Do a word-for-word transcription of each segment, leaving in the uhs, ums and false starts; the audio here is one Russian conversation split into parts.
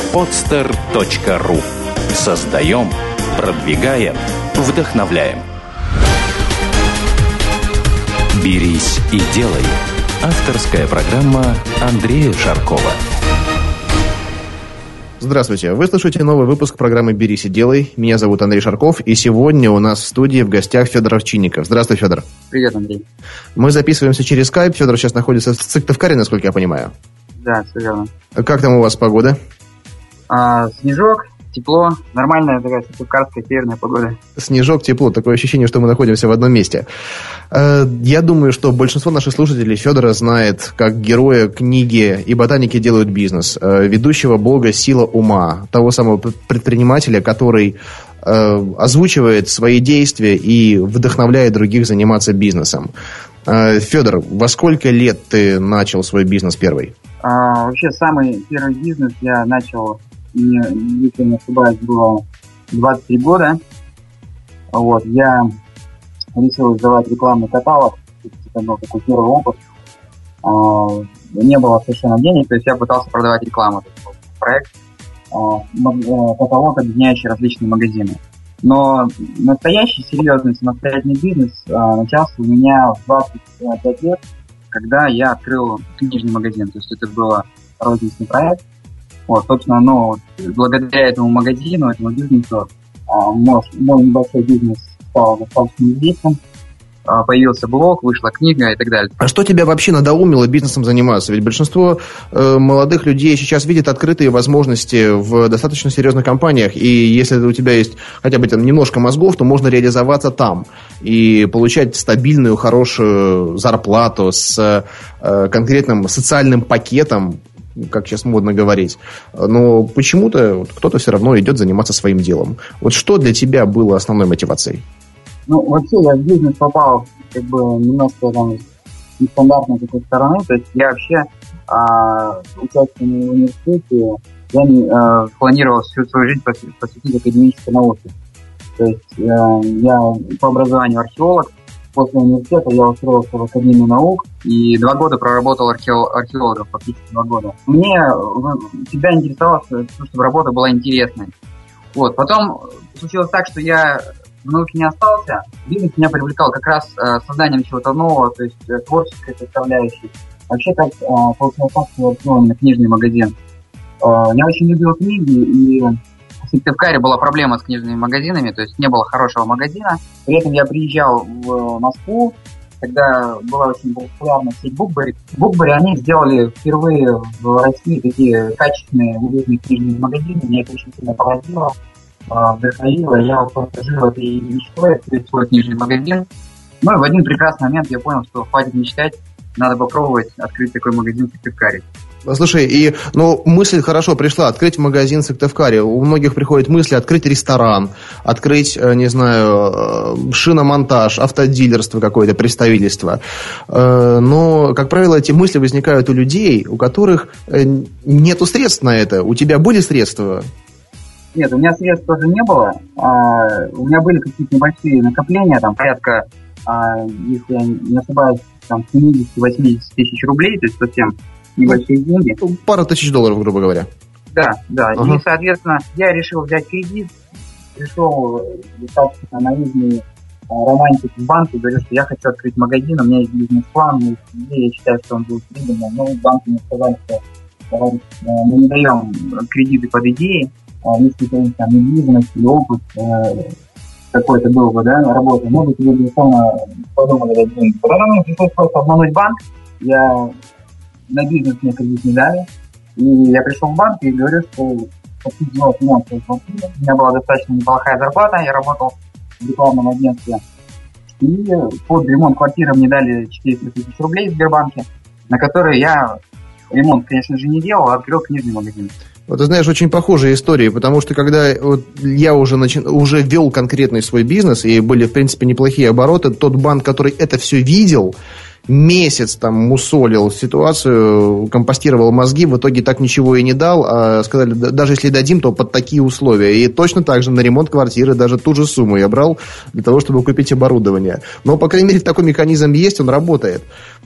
подстер точка ру. Создаем, продвигаем, вдохновляем. «Берись и делай» – авторская программа Андрея Шаркова. Здравствуйте, вы слушаете новый выпуск программы «Берись и делай». Меня зовут Андрей Шарков, и сегодня у нас в студии в гостях Федор Овчинников. Здравствуй, Федор. Привет, Андрей. Мы записываемся через Skype. Федор сейчас находится в Сыктывкаре, насколько я понимаю. Да, все верно. Как там у вас погода? А, снежок, тепло, нормальная такая сыктывкарская северная погода. Снежок, тепло, такое ощущение, что мы находимся в одном месте. Я думаю, что большинство наших слушателей Федора знает как героя книги «И ботаники делают бизнес», ведущего блога «Сила ума», того самого предпринимателя, который озвучивает свои действия и вдохновляет других заниматься бизнесом. Федор, во сколько лет ты начал свой бизнес первый? А, вообще, самый первый бизнес я начал, если не ошибаюсь, было двадцать три года. Вот, я решил издавать рекламный каталог. Это был такой первый опыт. А, не было совершенно денег, то есть я пытался продавать рекламу. Это был проект, а, каталог, объединяющий различные магазины. Но настоящий, серьезный, самостоятельный бизнес а, начался у меня в двадцать пять лет, когда я открыл книжный магазин. То есть это был розничный проект. Вот, собственно, ну, благодаря этому магазину, этому бизнесу, а, мой, мой небольшой бизнес стал достаточно известным. А, появился блог, вышла книга и так далее. А что тебя вообще надоумило бизнесом заниматься? Ведь большинство э, молодых людей сейчас видят открытые возможности в достаточно серьезных компаниях, и если у тебя есть хотя бы там немножко мозгов, то можно реализоваться там и получать стабильную, хорошую зарплату с э, конкретным социальным пакетом, как сейчас модно говорить. Но почему-то кто-то все равно идет заниматься своим делом. Вот что для тебя было основной мотивацией? Ну, вообще, я в бизнес попал как бы немножко там нестандартной такой стороны. То есть я вообще, а, участвуя в университете, я не, а, планировал всю свою жизнь посвятить академической науке. То есть а, я по образованию археолог. После университета я устроился в Академию наук и два года проработал архео- археологом, фактически два года. Мне всегда интересовало, чтобы работа была интересной. Вот. Потом случилось так, что я в науке не остался. Бизнес меня привлекал как раз э, созданием чего-то нового, то есть э, творческой составляющей. Вообще так э, получилось так, что я открыл именно книжный магазин. Э, я очень любил книги, и в Сыктывкаре была проблема с книжными магазинами, то есть не было хорошего магазина. При этом я приезжал в Москву, когда была очень популярна сеть Букбери. Букбери, они сделали впервые в России такие качественные, уютные книжные магазины. Меня это очень сильно поразило, вдохновило. Я вот просто жил этой мечтой, открыть свой книжный магазин. Ну и в один прекрасный момент я понял, что хватит мечтать, надо попробовать открыть такой магазин в Сыктывкаре. Слушай, и, ну, мысль хорошо пришла, открыть магазин в Сыктывкаре. У многих приходят мысли открыть ресторан, открыть, не знаю, шиномонтаж, автодилерство какое-то, представительство. Но, как правило, эти мысли возникают у людей, у которых нету средств на это. У тебя были средства? Нет, у меня средств тоже не было. У меня были какие-то небольшие накопления, там порядка, если я не ошибаюсь, там семьдесят-восемьдесят тысяч рублей, то есть совсем небольшие деньги. Пару тысяч долларов, грубо говоря. Да, да. Ага. И, соответственно, я решил взять кредит, пришел достаточно наивный романтик в банк и говорю, что я хочу открыть магазин, у меня есть бизнес-план, у меня есть идея, я считаю, что он будет прибыльным. Но в банке мне сказали, что мы не даем кредиты под идеи, если там недвижимость или опыт какой-то был бы, да, работы, мы бы тебе, безусловно, подумали дать деньги. Потом мне пришлось просто обмануть банк, я на бизнес мне кредит не дали, и я пришел в банк и говорю, что хочу делать финансовую квартиру. У меня была достаточно неплохая зарплата, я работал в рекламном агентстве, и под ремонт квартиры мне дали четыреста тысяч рублей в Сбербанке, на которые я ремонт, конечно же, не делал, а открыл книжный магазин. Вот, ты знаешь, очень похожие истории, потому что когда вот я уже, начи... уже вел конкретный свой бизнес, и были, в принципе, неплохие обороты, тот банк, который это все видел месяц там мусолил ситуацию, компостировал мозги, в итоге так ничего и не дал, а сказали, даже если дадим, то под такие условия. И точно так же на ремонт квартиры даже ту же сумму я брал для того, чтобы купить оборудование. Но, по крайней мере, такой механизм есть, он работает.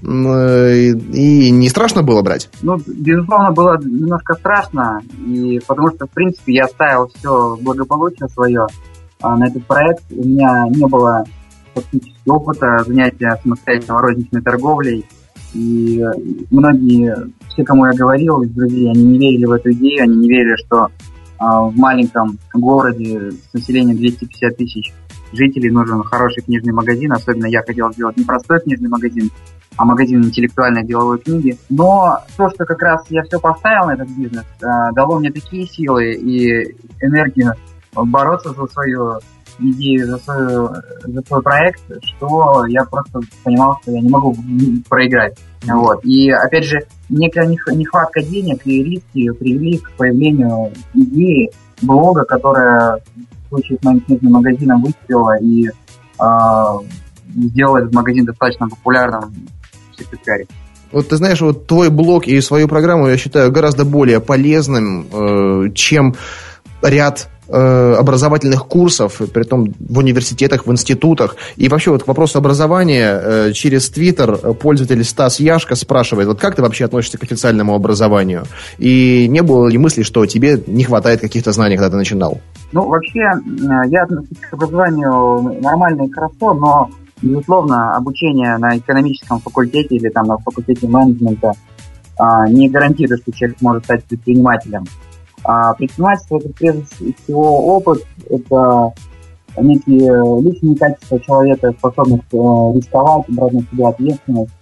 И не страшно было брать? Ну, безусловно, было немножко страшно, и потому что, в принципе, я ставил все благополучие свое а, на этот проект. У меня не было фактически опыта занятия самостоятельной розничной торговлей, и многие, все, кому я говорил, из друзей, они не верили в эту идею, они не верили, что а, в маленьком городе с населением двести пятьдесят тысяч жителей нужен хороший книжный магазин, особенно я хотел сделать не простой книжный магазин, а магазин интеллектуальной деловой книги. Но то, что как раз я все поставил на этот бизнес, дало мне такие силы и энергию бороться за свою идею, за, свою, за свой проект, что я просто понимал, что я не могу проиграть. Вот. И, опять же, некая нехватка денег и риски привели к появлению идеи блога, которая в случае с моим книжным магазином выстрелила и э, сделала этот магазин достаточно популярным в Сыктывкаре. Вот ты знаешь, вот твой блог и свою программу я считаю гораздо более полезным, э, чем ряд э, образовательных курсов, притом в университетах, в институтах. И вообще вот к вопросу образования э, через Твиттер пользователь Стас Яшко спрашивает, вот как ты вообще относишься к официальному образованию? И не было ли мысли, что тебе не хватает каких-то знаний, когда ты начинал? Ну, вообще, я отношусь к образованию нормально и хорошо, но безусловно, обучение на экономическом факультете или там на факультете менеджмента а, не гарантирует, что человек может стать предпринимателем. А предпринимательство – это прежде всего опыт, это некие личные качества человека, способность э, рисковать, брать на себя ответственность.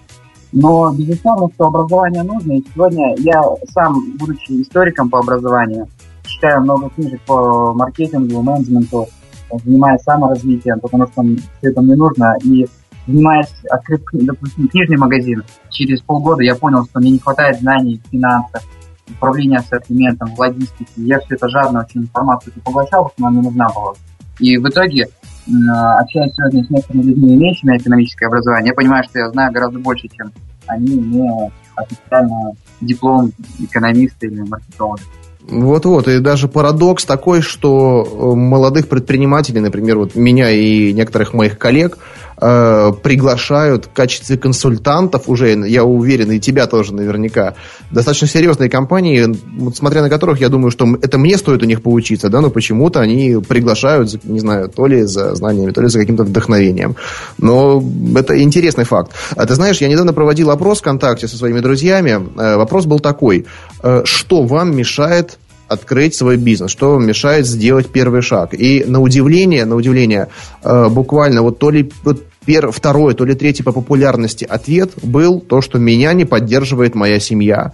Но, безусловно, что образование нужно, и сегодня я сам, будучи историком по образованию, читаю много книжек по маркетингу, менеджменту, занимаясь саморазвитием, потому что все это мне нужно. И занимаясь, открыв, допустим, книжный магазин, через полгода я понял, что мне не хватает знаний в финансах, управления ассортиментом, в логистике. Я все это жадно очень информацию поглощал, потому что она мне нужна была. И в итоге, общаясь сегодня с некоторыми людьми, имеющими экономическое образование, я понимаю, что я знаю гораздо больше, чем они, имея официально диплом экономиста или маркетолога. Вот-вот, и даже парадокс такой, что молодых предпринимателей, например, вот меня и некоторых моих коллег, э, приглашают в качестве консультантов уже, я уверен, и тебя тоже наверняка, достаточно серьезные компании, вот, смотря на которых, я думаю, что это мне стоит у них поучиться, да, но почему-то они приглашают, не знаю, то ли за знаниями, то ли за каким-то вдохновением. Но это интересный факт. А ты знаешь, я недавно проводил опрос ВКонтакте со своими друзьями. Э, вопрос был такой, э, что вам мешает открыть свой бизнес, что вам мешает сделать первый шаг. И на удивление, на удивление, э, буквально вот то ли вот пер, второй, то ли третий по популярности ответ был то, что меня не поддерживает моя семья.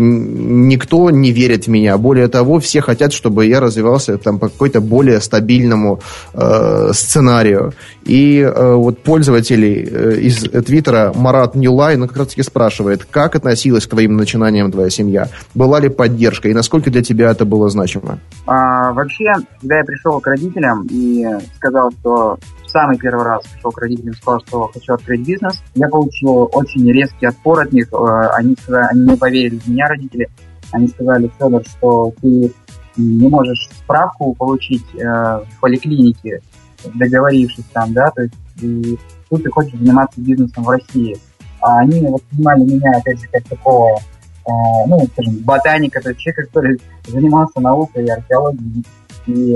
Никто не верит в меня. Более того, все хотят, чтобы я развивался там, по какой-то более стабильному э, сценарию. И э, вот пользователь э, из Твиттера Марат Ньюлай, ну, как раз таки спрашивает, как относилась к твоим начинаниям твоя семья? Была ли поддержка? И насколько для тебя это было значимо? А, вообще, когда я пришел к родителям и сказал, что в самый первый раз пришел к родителям и сказал, что хочу открыть бизнес, я получил очень резкий отпор от них. Они, сказали, они не поверили в меня, родители. Они сказали, Федор, что ты не можешь справку получить э, в поликлинике, договорившись там, да, то есть и тут ты хочешь заниматься бизнесом в России. А они воспринимали меня, опять же, как такого, э, ну, скажем, ботаника, то есть человека, который занимался наукой и археологией, и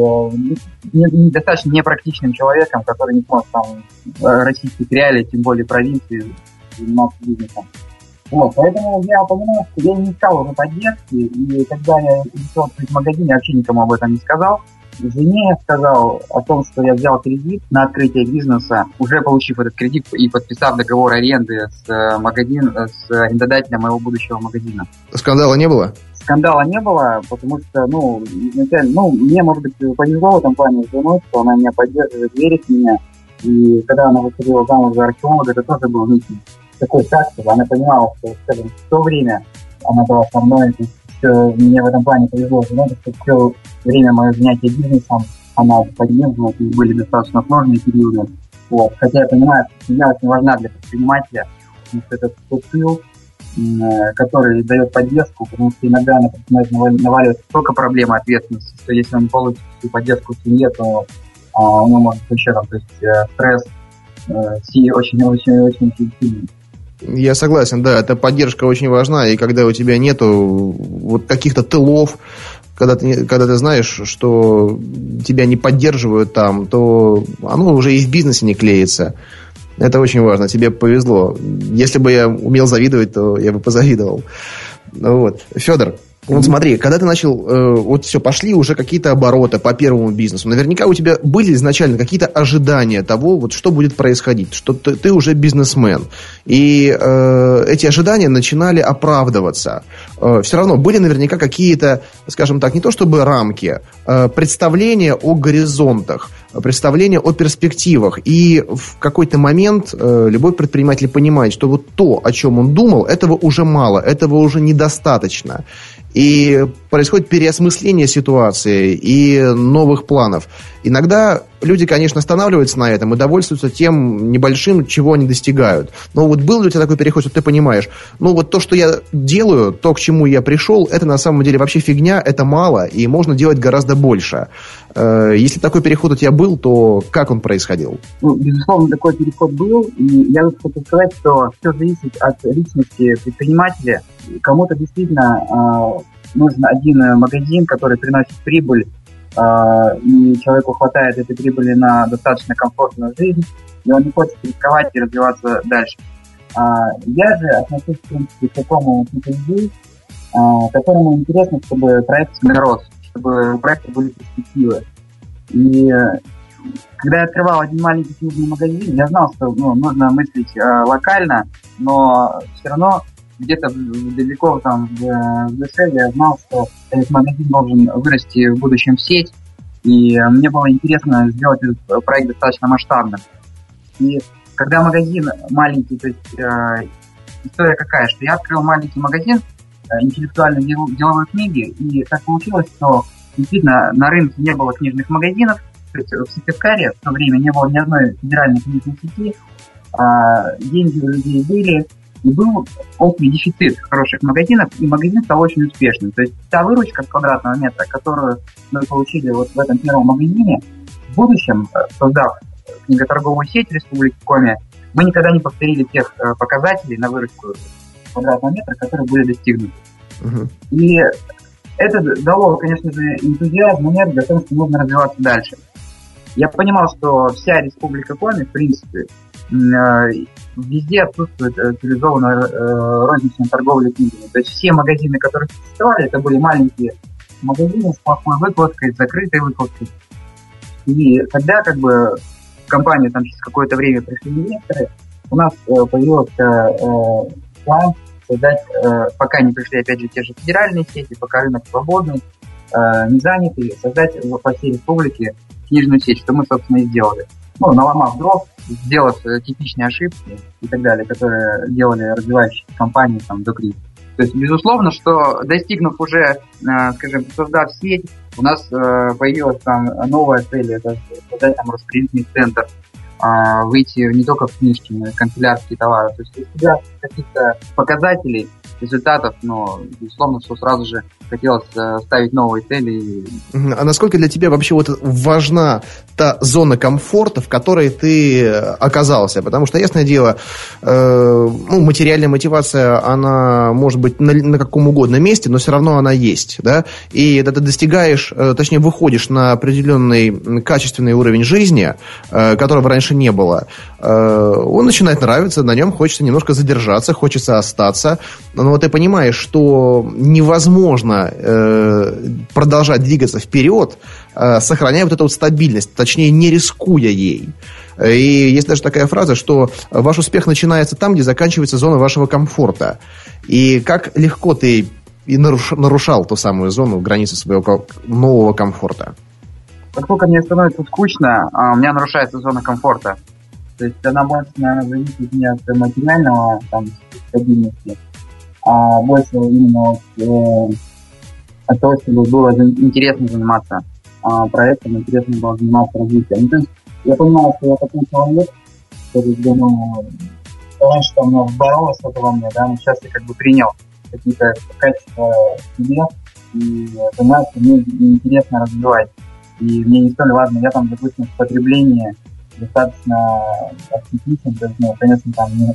э, достаточно непрактичным человеком, который не смог там российских реалий, тем более провинции, заниматься бизнесом. Вот, поэтому я понимаю, что я не искал уже поддержки, и когда я решил открыть магазин, я вообще никому об этом не сказал. Жене я сказал о том, что я взял кредит на открытие бизнеса, уже получив этот кредит и подписав договор аренды с магазин, с арендодателем моего будущего магазина. Скандала не было? Скандала не было, потому что, ну, изначально, ну, мне, может быть, повезло в этом плане с женой, что она меня поддерживает, верит в меня. И когда она выходила замуж за археолога, это тоже был некий такой шаг, чтобы она понимала, что, скажем, в то время она была со мной, что мне в этом плане повезло с женой, что все время мое занятие бизнесом она поддерживала, и были достаточно сложные периоды. Вот. Хотя я понимаю, что семья очень важна для предпринимателя, ответственность, это тот тыл, который дает поддержку, потому что иногда начинает наваливаться столько проблем и ответственности, что если он не получит всю поддержку в семье, то а, у него может вообще там, то есть стресс очень-очень-очень сильный. Я согласен, да, эта поддержка очень важна, и когда у тебя нету вот каких-то тылов, когда ты, когда ты знаешь, что тебя не поддерживают там, то оно уже и в бизнесе не клеится. Это очень важно, тебе повезло. Если бы я умел завидовать, то я бы позавидовал. Вот. Федор, вот смотри, когда ты начал, э, вот все, пошли уже какие-то обороты по первому бизнесу. Наверняка у тебя были изначально какие-то ожидания того, вот что будет происходить, что ты, ты уже бизнесмен. И э, эти ожидания начинали оправдываться. Э, все равно были наверняка какие-то, скажем так, не то чтобы рамки, э, представления о горизонтах, представления о перспективах. И в какой-то момент э, любой предприниматель понимает, что вот то, о чем он думал, этого уже мало, этого уже недостаточно. И происходит переосмысление ситуации и новых планов. Иногда люди, конечно, останавливаются на этом и довольствуются тем небольшим, чего они достигают. Но вот был ли у тебя такой переход, что ты понимаешь, ну вот то, что я делаю, то, к чему я пришел, это на самом деле вообще фигня, это мало, и можно делать гораздо больше. Если такой переход у тебя был, то как он происходил? Ну, безусловно, такой переход был, и я вот хочу сказать, что все зависит от личности предпринимателя. Кому-то действительно э, нужен один магазин, который приносит прибыль, э, и человеку хватает этой прибыли на достаточно комфортную жизнь, и он не хочет рисковать и развиваться дальше. А, я же отношусь, в принципе, к такому типу людей, а, которому интересно, чтобы проект рос, чтобы у проекта были перспективы. И когда я открывал один маленький книжный магазин, я знал, что ну, нужно мыслить э, локально, но все равно где-то далеко там в, в душе я знал, что этот магазин должен вырасти в будущем в сеть, и мне было интересно сделать этот проект достаточно масштабным. И когда магазин маленький, то есть э, история какая, что я открыл маленький магазин э, интеллектуальной дел, деловой книги, и так получилось, что действительно на рынке не было книжных магазинов, то есть в Сыктывкаре в то время не было ни одной федеральной книжной сети, а деньги у людей были, и был общий дефицит хороших магазинов, и магазин стал очень успешным. То есть та выручка с квадратного метра, которую мы получили вот в этом первом магазине, в будущем, создав книготорговую сеть Республики Коми, мы никогда не повторили тех показателей на выручку квадратного метра, которые были достигнуты. Uh-huh. И это дало, конечно же, энтузиазм, энергию для того, что нужно развиваться дальше. Я понимал, что вся Республика Коми, в принципе, везде отсутствует цивилизованная розничная торговля книгами. То есть все магазины, которые существовали, это были маленькие магазины с плохой выкладкой, с закрытой выкладкой. И когда как бы в компанию там через какое-то время пришли инвесторы, у нас появился план создать, пока не пришли опять же те же федеральные сети, пока рынок свободный, не занятый, создать по всей республике книжную сеть, что мы, собственно, и сделали. Ну, наломав дров, сделав типичные ошибки и так далее, которые делали развивающиеся компании там, до кризиса. То есть, безусловно, что достигнув уже, скажем, создав сеть, у нас появилась там новая цель, это создать там распределительный центр, выйти не только в книжки, но и в канцелярские товары. То есть, из себя каких-то показателей, результатов, но, безусловно, что сразу же хотелось ставить новые цели. А насколько для тебя вообще вот важна та зона комфорта, в которой ты оказался? Потому что, ясное дело, э, ну, материальная мотивация, она может быть на, на каком угодно месте, но все равно она есть, да? И когда ты достигаешь, э, точнее, выходишь на определенный качественный уровень жизни, э, которого раньше не было, э, он начинает нравиться, на нем хочется немножко задержаться, хочется остаться, но ты понимаешь, что невозможно э, продолжать двигаться вперед, э, сохраняя вот эту вот стабильность, точнее, не рискуя ей. И есть даже такая фраза, что ваш успех начинается там, где заканчивается зона вашего комфорта. И как легко ты и наруш, нарушал ту самую зону, границу своего нового комфорта? Как только мне становится скучно, у меня нарушается зона комфорта. То есть она больше, наверное, зависит не от материального там, стабильности, а больше именно от, э, от того, чтобы было интересно заниматься э, проектом, интересно было заниматься развитием. Ну, то есть я понимаю, что я такой человек, который давно раньше там у меня боролось это во мне, да, но сейчас я как бы принял какие-то качества в себе и понимаю, что мне интересно развивать. И мне не столь важно, я там, допустим, в потреблении достаточно аскетичен, то есть, ну, конечно, там не,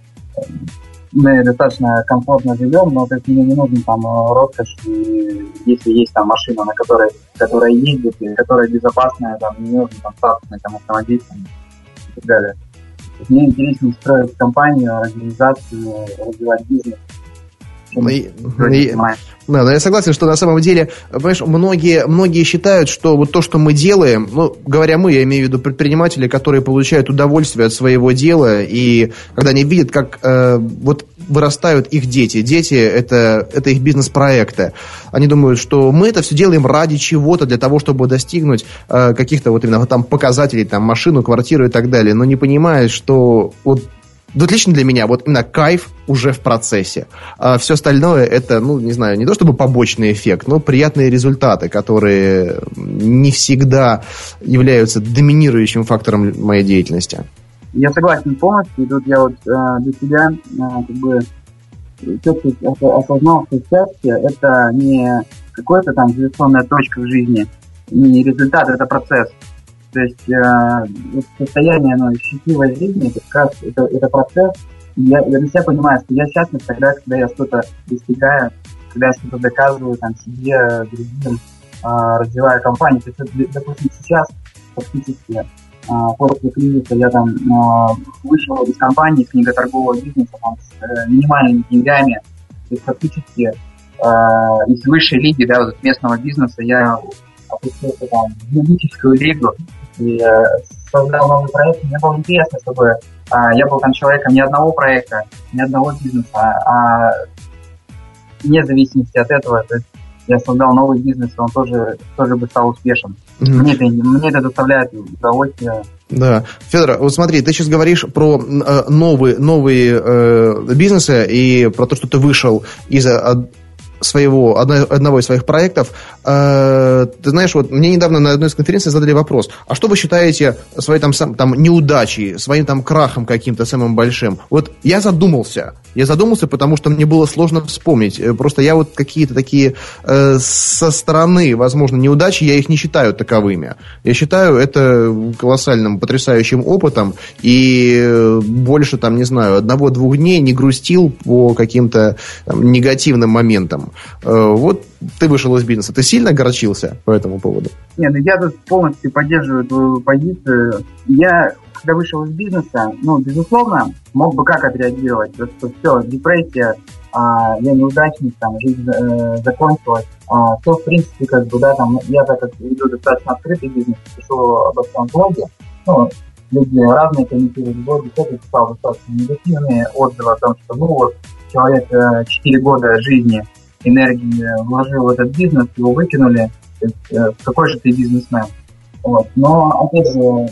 мы достаточно комфортно живем, но то есть, мне не нужен там роскошь, и если есть там машина, на которой, которая ездит, и которая безопасная, там не нужен там статусный там автомобиль там, и так далее. То есть, мне интереснее строить компанию, организацию, развивать бизнес. Ну, и, и, да, но я согласен, что на самом деле, понимаешь, многие, многие считают, что вот то, что мы делаем, ну, говоря мы, я имею в виду предприниматели, которые получают удовольствие от своего дела, и когда они видят, как э, вот вырастают их дети, дети это, это их бизнес-проекты, они думают, что мы это все делаем ради чего-то, для того, чтобы достигнуть э, каких-то вот именно там показателей, там, машину, квартиру и так далее, но не понимают, что вот Вот лично для меня вот именно кайф уже в процессе. А все остальное это, ну, не знаю, не то чтобы побочный эффект, но приятные результаты, которые не всегда являются доминирующим фактором моей деятельности. Я согласен полностью. И тут я вот э, для себя э, как бы четко осознал, что счастье – это не какая-то там завершенная точка в жизни, не результат, это процесс. То есть э, состояние ну, счастливой жизни это как раз это, это процесс. Я, я для себя понимаю, что я счастлив тогда, когда я что-то достигаю, когда я что-то доказываю там, себе, другим, э, развиваю компанию. То есть, допустим, сейчас фактически э, после кризиса я там э, вышел из компании, с книготоргового бизнеса там, с э, минимальными деньгами. То есть фактически э, из высшей лиги, да, вот, местного бизнеса я опустился там в юридическую лигу и э, создал новый проект. Мне было интересно, чтобы э, я был там человеком не одного проекта, не одного бизнеса, а вне зависимости от этого, то есть я создал новый бизнес, и он тоже, тоже бы стал успешным. Mm-hmm. Мне, это, мне это доставляет удовольствие. Да. Федор, вот смотри, ты сейчас говоришь про э, новые, новые э, бизнесы и про то, что ты вышел из своего, одного из своих проектов. Э, ты знаешь, вот мне недавно на одной из конференций задали вопрос, а что вы считаете своей там, там неудачей, своим там крахом каким-то самым большим? Вот я задумался. Я задумался, потому что мне было сложно вспомнить. Просто я вот какие-то такие э, со стороны, возможно, неудачи, я их не считаю таковыми. Я считаю это колоссальным, потрясающим опытом, и больше, там, не знаю, одного-двух дней не грустил по каким-то там, негативным моментам. Э, вот ты вышел из бизнеса. Ты сильно огорчился по этому поводу? Нет, я тут полностью поддерживаю твою позицию. Я... Когда вышел из бизнеса, ну, безусловно, мог бы как отреагировать, что все, депрессия, а, я неудачник, там, жизнь э, закончилась, а, то, в принципе, как бы, да, там, я так как веду достаточно открытый бизнес, пишу об этом в блоге, ну, люди разные комментируют в блоге, кто-то писал достаточно негативные отзывы о том, что, ну, вот, человек четыре года жизни, энергии вложил в этот бизнес, его выкинули, то есть, э, какой же ты бизнесмен, вот, но, опять же,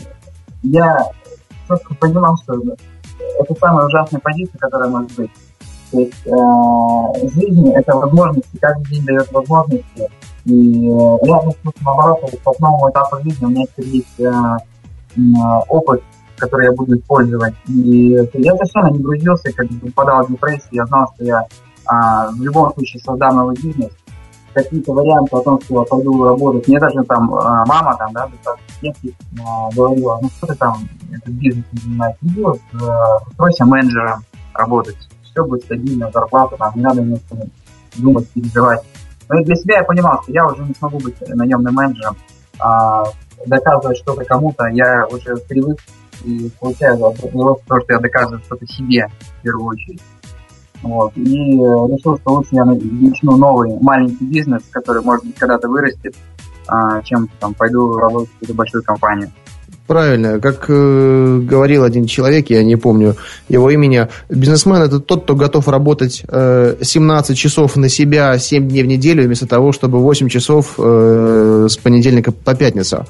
я четко понимал, что это самая ужасная позиция, которая может быть. То есть э, жизнь – это возможности, каждый день дает возможности. И э, реально, наоборот, по новому этапу жизни у меня теперь есть э, э, опыт, который я буду использовать. И я совершенно не грузился, как бы попадал в депрессию. Я знал, что я э, в любом случае создам новый бизнес. Какие-то варианты о том, что я пойду работать. Мне даже там мама там, да, достаточно говорила, ну что ты там этот бизнес не занимаешь, иди вот, устройся менеджером работать, все будет стабильно, зарплата, там, не надо мне думать, переживать. Но для себя я понимал, что я уже не смогу быть наемным менеджером, а доказывать что-то кому-то, я уже привык и получаю то, что я доказываю что-то себе в первую очередь. Вот. И решил, что лучше я начну новый маленький бизнес, который, может быть, когда-то вырастет, чем там пойду работать в какую-то большую компанию. Правильно. Как э, говорил один человек, я не помню его имени, бизнесмен – это тот, кто готов работать э, семнадцать часов на себя семь дней в неделю, вместо того, чтобы восемь часов э, с понедельника по пятницу.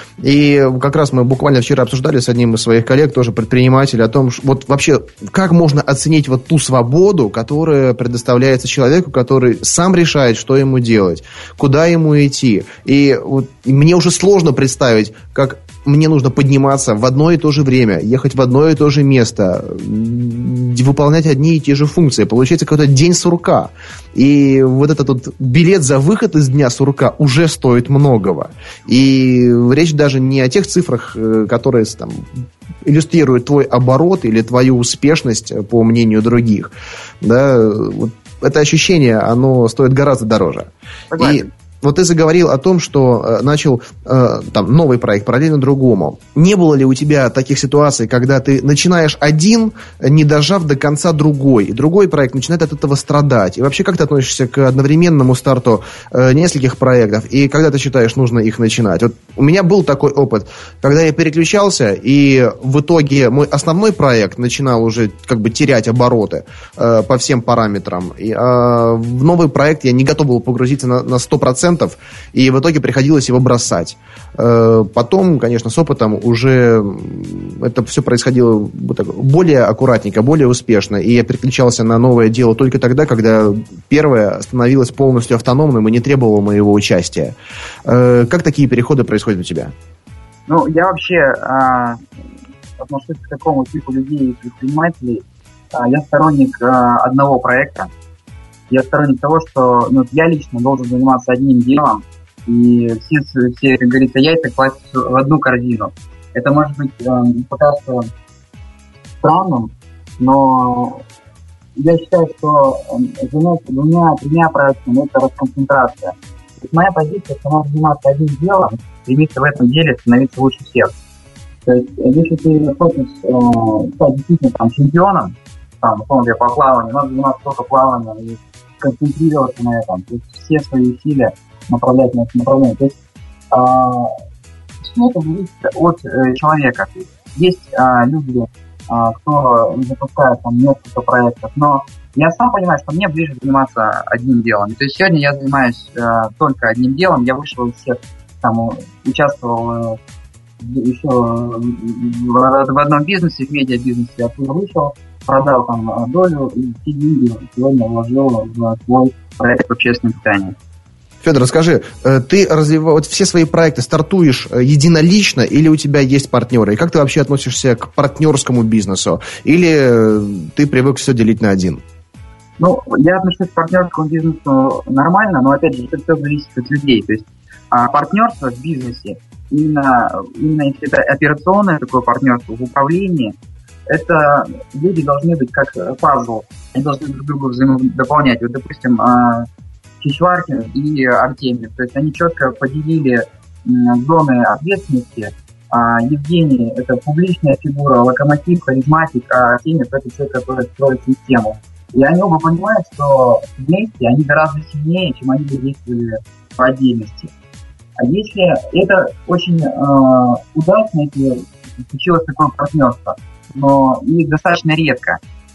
И как раз мы буквально вчера обсуждали с одним из своих коллег, тоже предпринимателя, о том, что вот вообще, как можно оценить вот ту свободу, которая предоставляется человеку, который сам решает, что ему делать, куда ему идти. И вот и мне уже сложно представить, как мне нужно подниматься в одно и то же время, ехать в одно и то же место, выполнять одни и те же функции. Получается какой-то день сурка. И вот этот вот билет за выход из дня сурка уже стоит многого. И речь даже не о тех цифрах, которые там иллюстрируют твой оборот или твою успешность, по мнению других. Да, вот это ощущение, оно стоит гораздо дороже. Согласен. И вот ты заговорил о том, что э, начал э, там новый проект параллельно другому. Не было ли у тебя таких ситуаций, когда ты начинаешь один, не дожав до конца другой, и другой проект начинает от этого страдать? И вообще, как ты относишься к одновременному старту э, нескольких проектов, и когда ты считаешь, нужно их начинать? Вот у меня был такой опыт, когда я переключался, и в итоге мой основной проект начинал уже как бы терять обороты э, по всем параметрам. И, э, в новый проект я не готов был погрузиться на, на сто процентов, и в итоге приходилось его бросать. Потом, конечно, с опытом уже это все происходило более аккуратненько, более успешно, и я переключался на новое дело только тогда, когда первое становилось полностью автономным и не требовало моего участия. Как такие переходы происходят у тебя? Ну, я вообще э, отношусь к такому типу людей и предпринимателей. Э, я сторонник э, одного проекта. Я сторонник того, что ну, я лично должен заниматься одним делом, и все, все, как говорится, яйца класть в одну корзину. Это может быть э, покажется странным, но я считаю, что э, заняться двумя-тремя проектами – это расконцентрация. То есть моя позиция, что надо заниматься одним делом, стремиться в этом деле становиться лучше всех. То есть если ты хочешь э, стать действительно там, чемпионом, там, условно говоря, по плаванию, надо заниматься только плаванием и концентрироваться на этом, то есть все свои усилия направлять на это направление. То есть э, все это зависит от э, человека. Есть э, люди, э, кто запускает там несколько проектов, но я сам понимаю, что мне ближе заниматься одним делом. То есть сегодня я занимаюсь э, только одним делом, я вышел из всех, там, участвовал э, еще в, в одном бизнесе, в медиабизнесе, оттуда вышел, продал там долю и все деньги сегодня вложил в свой проект общественного питания. Федор, скажи, ты развиваешь вот все свои проекты стартуешь единолично или у тебя есть партнеры? И как ты вообще относишься к партнерскому бизнесу? Или ты привык все делить на один? Ну, я отношусь к партнерскому бизнесу нормально, но, опять же, это все зависит от людей. То есть а, партнерство в бизнесе, именно, именно если это операционное такое партнерство в управлении, это люди должны быть как пазл, они должны друг друга взаимодополнять. Вот, допустим, Чичваркин и Артемьев, то есть они четко поделили зоны ответственности. Евгений – это публичная фигура, локомотив, харизматик, а Артемьев – это человек, который строит систему. И они оба понимают, что вместе они гораздо сильнее, чем они бы действовали по отдельности. А если это очень э, удачно, если случилось такое партнерство, но и достаточно редко.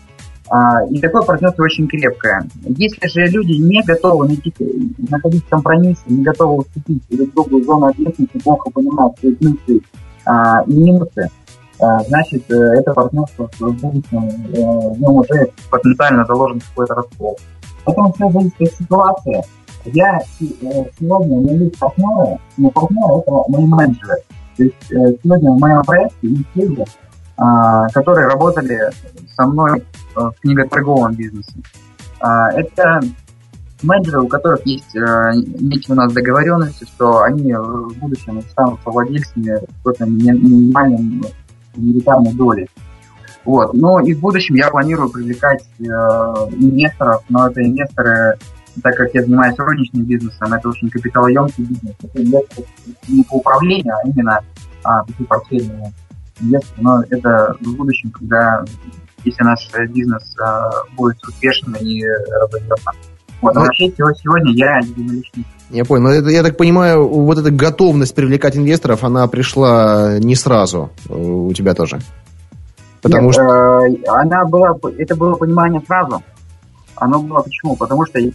А, и такое партнерство очень крепкое. Если же люди не готовы найти, находить компромиссы, не готовы уступить друг другу зону ответственности, плохо понимают свои плюсы а, и минусы, а, значит, это партнерство в будущем, в нем уже потенциально заложен какой-то раскол. Поэтому все зависит от ситуации. Я сегодня не есть партнеры, но партнеры это мои менеджеры. То есть сегодня в моем проекте есть люди, которые работали со мной в книготорговом бизнесе. Это менеджеры, у которых есть некие у нас договоренности, что они в будущем станут совладельцами какой-то минимальной миноритарной доли. Вот. Но и в будущем я планирую привлекать инвесторов, но это инвесторы, так как я занимаюсь розничным бизнесом, это очень капиталоемкий бизнес. Это инвесторы не по управлению, а именно а, такие портфельные инвесторы. Но это в будущем, когда, если наш бизнес а, будет успешным и разовьется. Вот. А вообще сегодня я единоличный. Я понял. Но это, я так понимаю, вот эта готовность привлекать инвесторов, она пришла не сразу у тебя тоже? Потому Нет, что... э, она была, это было понимание сразу. Оно было почему? Потому что э,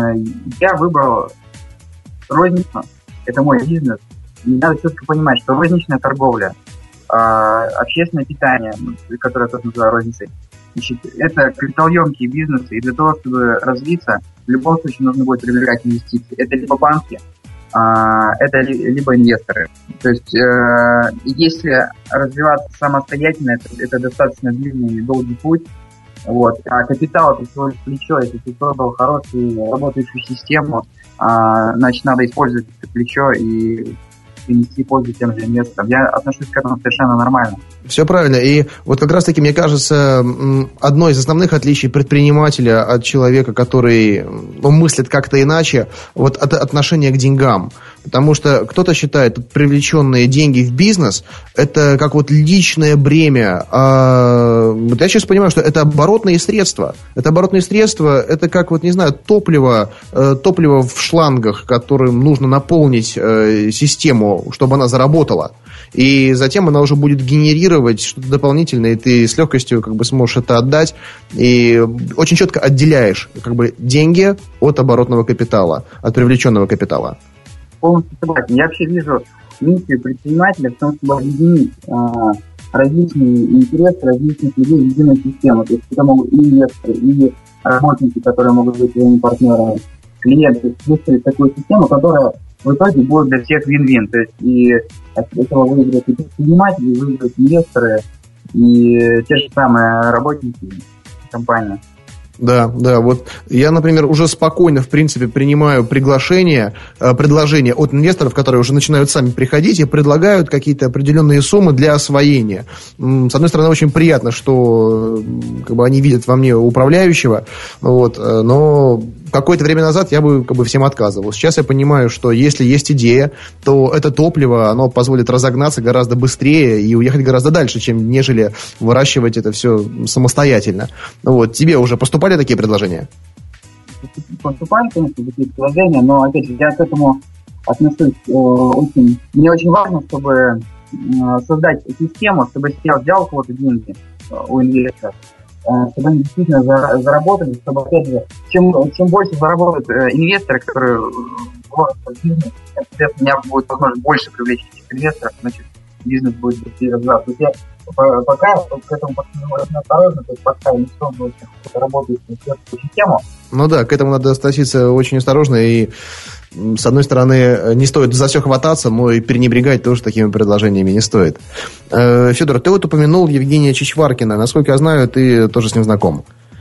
я выбрал розницу, это мой бизнес. И надо четко понимать, что розничная торговля, э, общественное питание, которое я тоже называю розницей, значит, это капиталоемкие бизнесы, и для того, чтобы развиться, в любом случае нужно будет привлекать инвестиции. Это либо банки, а, это либо инвесторы. То есть, э, если развиваться самостоятельно, это, это достаточно длинный и долгий путь. Вот. А капитал — это всего лишь плечо. Если ты создал хорошую работающую систему, а, значит, надо использовать это плечо и принести пользу тем же инвесторам. Я отношусь к этому совершенно нормально. Все правильно. И вот как раз-таки, мне кажется, одно из основных отличий предпринимателя от человека, который ну, мыслит как-то иначе, вот от отношения к деньгам. Потому что кто-то считает, привлеченные деньги в бизнес – это как вот личное бремя. А вот я сейчас понимаю, что это оборотные средства. Это оборотные средства, это как, вот не знаю, топливо, топливо в шлангах, которым нужно наполнить систему, чтобы она заработала. И затем она уже будет генерировать что-то дополнительное, и ты с легкостью как бы сможешь это отдать. И очень четко отделяешь как бы деньги от оборотного капитала, от привлеченного капитала. Полностью согласен. Я вообще вижу миссию предпринимателя в том, чтобы объединить а, различные интересы различных людей в единую систему. То есть это могут и инвесторы, и работники, которые могут быть своими партнерами, клиенты, выстроить такую систему, которая в итоге будет для всех вин-вин. То есть и от этого выиграют и предприниматели, выиграют инвесторы, и те же самые работники компании. Да, да, вот я, например, уже спокойно, в принципе, принимаю приглашения, э, предложения от инвесторов, которые уже начинают сами приходить и предлагают какие-то определенные суммы для освоения. С одной стороны, очень приятно, что как бы, они видят во мне управляющего, вот, но какое-то время назад я бы как бы, всем отказывал. Сейчас я понимаю, что если есть идея, то это топливо, оно позволит разогнаться гораздо быстрее и уехать гораздо дальше, чем нежели выращивать это все самостоятельно. Вот, тебе уже поступали такие предложения? Поступали, конечно, такие предложения, но, опять же, я к этому отношусь э, очень... Мне очень важно, чтобы э, создать систему, чтобы я взял у кого-то деньги э, у инвесторов, э, чтобы они действительно за, заработали, чтобы, опять же, чем, чем больше заработают э, инвесторы, которые вложат в бизнес, соответственно, у меня будет возможность больше привлечь этих инвесторов, значит, бизнес будет быстрее развиваться. То есть я пока к этому подходим очень осторожно, то есть пока не создал работающую систему. Ну да, к этому надо относиться очень осторожно, и с одной стороны, не стоит за все хвататься, но и пренебрегать тоже такими предложениями не стоит. Федор, ты вот упомянул Евгения Чичваркина. Насколько я знаю, ты тоже с ним знаком.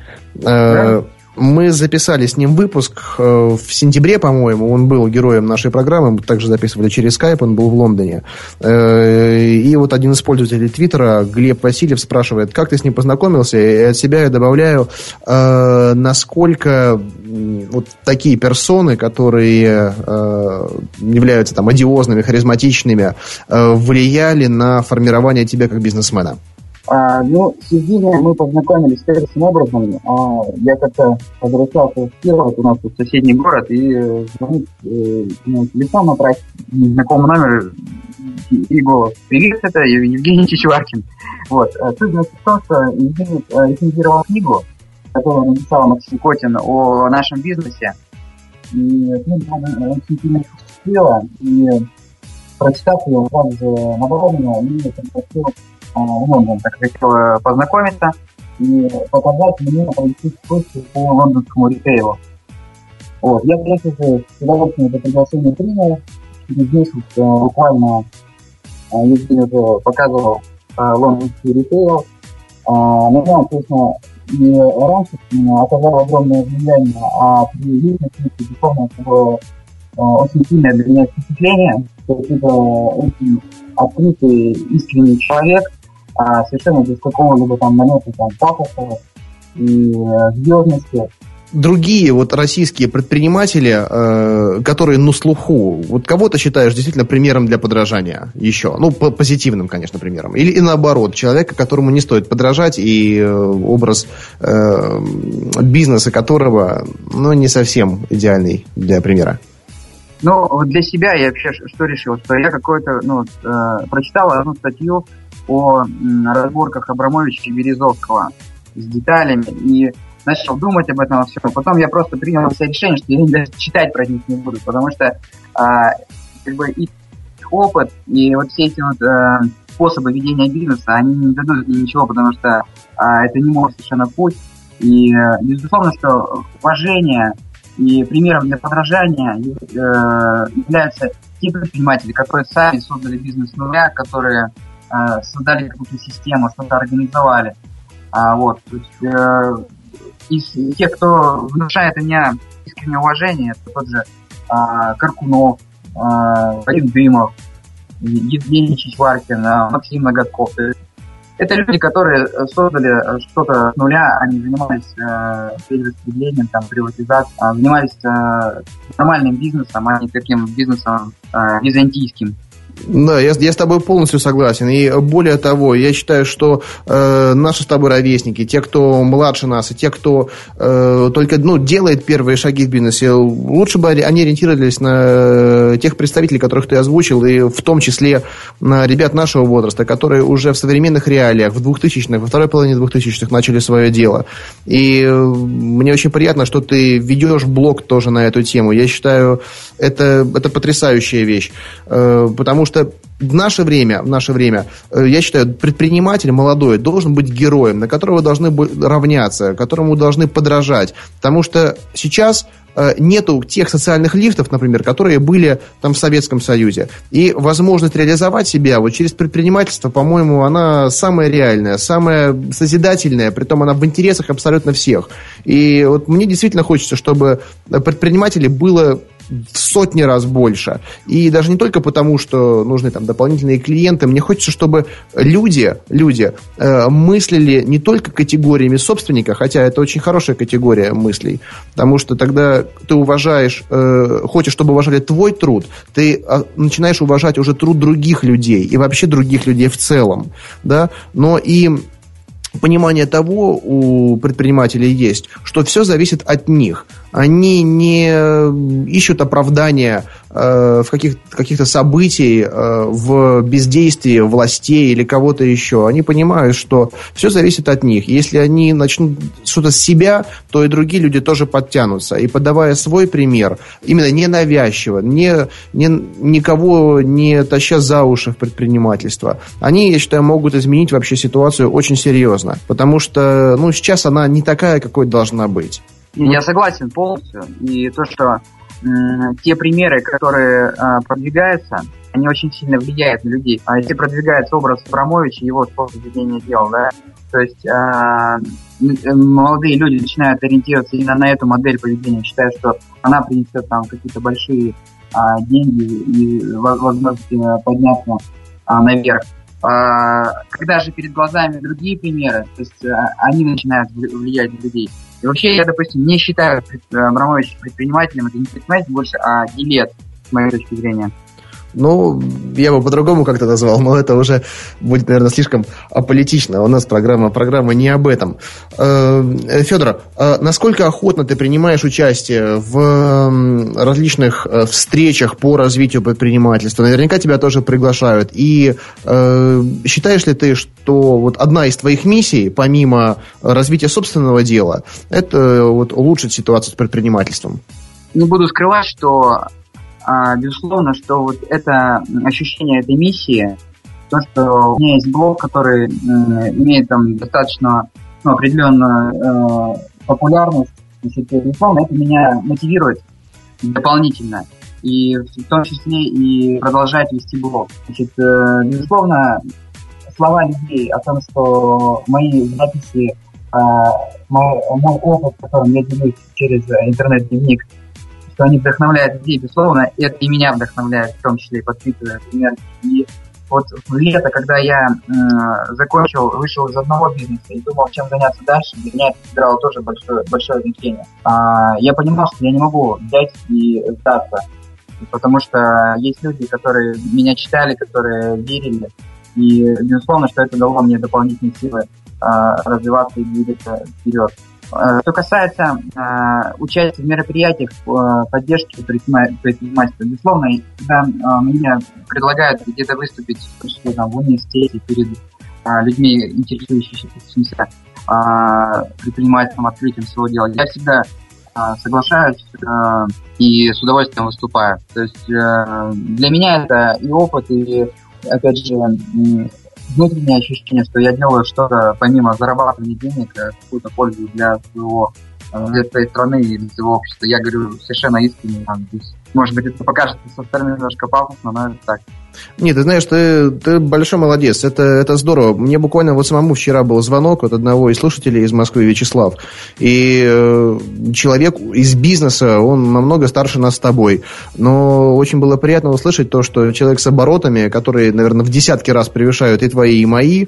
Да. Мы записали с ним выпуск в сентябре, по-моему. Он был героем нашей программы. Мы также записывали через скайп. Он был в Лондоне. И вот один из пользователей Твиттера, Глеб Васильев, спрашивает, как ты с ним познакомился? И от себя я добавляю, насколько вот такие персоны, которые являются там одиозными, харизматичными, влияли на формирование тебя как бизнесмена. А, ну, с Евгением мы познакомились следующим образом. А, я как-то возвращался в Кирово, у нас тут соседний город, и звонит э, на телефон на трассе, незнакомый номер, и голос. Привет, это Евгений Чичваркин. Вот. Суть значит в том, что Евгений рецензировал книгу, которую написал Максим Котин о нашем бизнесе. И книга очень сильно впечатлила, и прочитав ее, также набрал меня и пригласил в Лондон, так хотел познакомиться и показать мне провести экскурсию по лондонскому ритейлу. Вот. Я, конечно же, с удовольствием это приглашение принял. Через месяц буквально Евгений уже показывал лондонский ритейл. На меня, конечно, и раньше оказало огромное влияние, а при личности, безусловно, это было очень сильное для меня впечатление. То есть это очень открытый, искренний человек, а совершенно без какого-либо там момента там пафоса и э, звездности. Другие вот российские предприниматели, э, которые на слуху, вот кого ты считаешь действительно примером для подражания еще? Ну, по- позитивным, конечно, примером. Или и наоборот, человека, которому не стоит подражать, и э, образ э, бизнеса которого, ну, не совсем идеальный для примера. Ну, для себя я вообще что решил, что я какой-то, ну, э, прочитал одну статью о м, разборках Абрамовича и Березовского с деталями и начал думать об этом во всем. Потом я просто принял себе решение, что я даже читать про них не буду, потому что э, как бы их опыт и вот все эти вот э, способы ведения бизнеса, они не дадут мне ничего, потому что э, это не мой совершенно путь. И, э, безусловно, что уважение И примером для подражания являются те предприниматели, которые сами создали бизнес с нуля, которые создали какую-то систему, что-то организовали. Вот. То есть, из тех, кто внушает у меня искреннее уважение, это тот же Каркунов, Борис Дымов, Евгений Чичваркин, Максим Ноготков. Это люди, которые создали что-то с нуля, они занимались э, перераспределением, там, приватизацией, э, занимались э, нормальным бизнесом, а не таким бизнесом э, византийским. Да, я, я с тобой полностью согласен. И более того, я считаю, что э, наши с тобой ровесники, те, кто младше нас, и те, кто э, только ну, делает первые шаги в бизнесе, лучше бы они ориентировались на тех представителей, которых ты озвучил, и в том числе на ребят нашего возраста, которые уже в современных реалиях, в двухтысячных, во второй половине двухтысячных начали свое дело. И э, мне очень приятно, что ты ведешь блог тоже на эту тему. Я считаю, это, это потрясающая вещь. Э, потому что в наше время, в наше время, я считаю, предприниматель молодой должен быть героем, на которого должны равняться, которому должны подражать. Потому что сейчас нету тех социальных лифтов, например, которые были там в Советском Союзе. И возможность реализовать себя вот через предпринимательство, по-моему, она самая реальная, самая созидательная, притом она в интересах абсолютно всех. И вот мне действительно хочется, чтобы предпринимателей было в сотни раз больше. И даже не только потому, что нужны там дополнительные клиенты. Мне хочется, чтобы люди, люди э, мыслили не только категориями собственника, хотя это очень хорошая категория мыслей, потому что тогда ты уважаешь, э, хочешь, чтобы уважали твой труд, ты э, начинаешь уважать уже труд других людей и вообще других людей в целом. Да? Но и понимание того у предпринимателей есть, что все зависит от них. Они не ищут оправдания э, в каких- каких-то событий, э, в бездействии властей или кого-то еще. Они понимают, что все зависит от них. Если они начнут что-то с себя, то и другие люди тоже подтянутся. И подавая свой пример, именно ненавязчиво, не, не, никого не таща за уши в предпринимательство, они, я считаю, могут изменить вообще ситуацию очень серьезно. Потому что ну, сейчас она не такая, какой должна быть. Я согласен полностью. И то, что м, те примеры, которые э, продвигаются, они очень сильно влияют на людей. А если продвигается образ Абрамовича, его способ ведения дел, да, то есть э, молодые люди начинают ориентироваться именно на эту модель поведения, считая, что она принесет там какие-то большие э, деньги и возможность подняться э, наверх. Когда же перед глазами другие примеры, то есть они начинают влиять на людей. И вообще я, допустим, не считаю Абрамовича предпринимателем, это не предприниматель больше, а делец, с моей точки зрения. Ну, я бы по-другому как-то назвал, но это уже будет, наверное, слишком аполитично. У нас программа, программа не об этом. Федор, насколько охотно ты принимаешь участие в различных встречах по развитию предпринимательства? Наверняка тебя тоже приглашают. И считаешь ли ты, что вот одна из твоих миссий, помимо развития собственного дела, это вот улучшить ситуацию с предпринимательством? Не буду скрывать, что безусловно, что вот это ощущение этой миссии, то, что у меня есть блог, который э, имеет там достаточно ну, определенную э, популярность, значит, безусловно, это меня мотивирует дополнительно, и в том числе и продолжать вести блог. Значит, э, безусловно, слова людей о том, что мои записи, э, мой, мой опыт, которым я делюсь через интернет-дневник, что они вдохновляют людей, безусловно, это и меня вдохновляет, в том числе и подпитывает пример. И вот в лето, когда я э, закончил, вышел из одного бизнеса и думал, чем заняться дальше, для меня это сыграло тоже большое, большое значение. А, я понимал, что я не могу взять и сдаться, потому что есть люди, которые меня читали, которые верили, и, безусловно, что это дало мне дополнительные силы а, развиваться и двигаться вперед. Что касается э, участия в мероприятиях э, поддержки предпринимательства, безусловно, когда э, мне предлагают где-то выступить, что там в университете перед э, людьми, интересующимися э, предпринимательством, открытием своего дела, я всегда э, соглашаюсь э, и с удовольствием выступаю. То есть э, для меня это и опыт, и, опять же, э, внутреннее ощущение, что я делаю что-то помимо зарабатывания денег, какую-то пользу для своего для своей страны и для своего общества. Я говорю совершенно искренне. Там, может быть, это покажется со стороны немножко пафосно, но это так. Нет, ты знаешь, ты, ты большой молодец, это, это здорово. Мне буквально вот самому вчера был звонок от одного из слушателей из Москвы, Вячеслав. И э, человек из бизнеса, он намного старше нас с тобой. Но очень было приятно услышать то, что человек с оборотами, которые, наверное, в десятки раз превышают и твои, и мои,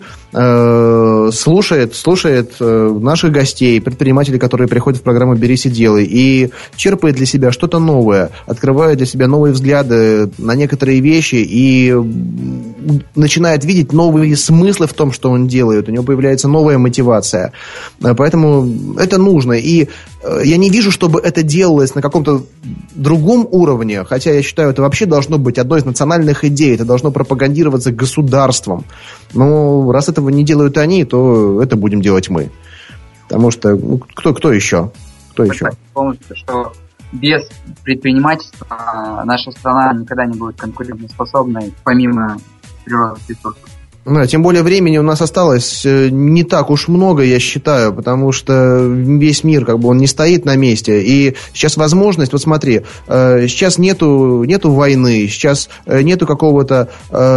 э, слушает, слушает э, наших гостей, предпринимателей, которые приходят в программу «Берись и делай», и черпает для себя что-то новое, открывает для себя новые взгляды на некоторые вещи и И начинает видеть новые смыслы в том, что он делает. У него появляется новая мотивация. Поэтому это нужно. И я не вижу, чтобы это делалось на каком-то другом уровне, хотя я считаю, это вообще должно быть одной из национальных идей. Это должно пропагандироваться государством. Но раз этого не делают они, то это будем делать мы. Потому что ну, кто, кто еще? Кто еще? Полностью, что без предпринимательства наша страна никогда не будет конкурентоспособной, помимо природных ресурсов. Да, тем более времени у нас осталось не так уж много, я считаю, потому что весь мир, как бы, он не стоит на месте. И сейчас возможность, вот смотри, сейчас нету, нету войны, сейчас нету какого-то,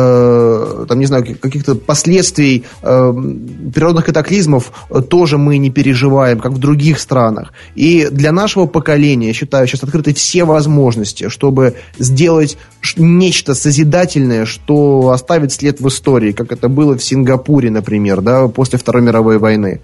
там, не знаю, каких-то последствий природных катаклизмов, тоже мы не переживаем, как в других странах. И для нашего поколения, я считаю, сейчас открыты все возможности, чтобы сделать нечто созидательное, что оставит след в истории, как это Это было в Сингапуре, например, да, после Второй мировой войны.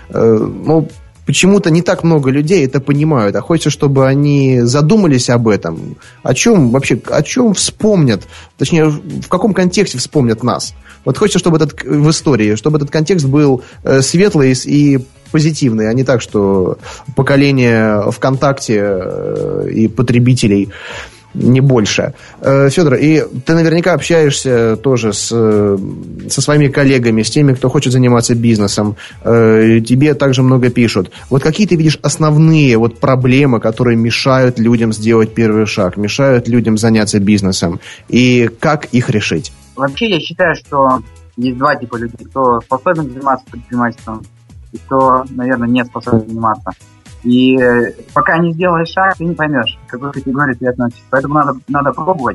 Ну, почему-то не так много людей это понимают, а хочется, чтобы они задумались об этом. О чем вообще, о чем вспомнят, точнее, в каком контексте вспомнят нас. Вот хочется, чтобы этот, в истории, чтобы этот контекст был светлый и позитивный, а не так, что поколение ВКонтакте и потребителей не больше. Федор, и ты наверняка общаешься тоже с, со своими коллегами, с теми, кто хочет заниматься бизнесом. Тебе также много пишут. Вот какие ты видишь основные вот проблемы, которые мешают людям сделать первый шаг, мешают людям заняться бизнесом, и как их решить? Вообще, я считаю, что есть два типа людей, кто способен заниматься предпринимательством и кто, наверное, не способен заниматься. И пока не сделаешь шаг, ты не поймешь, к какой категории ты относишься. Поэтому надо, надо пробовать.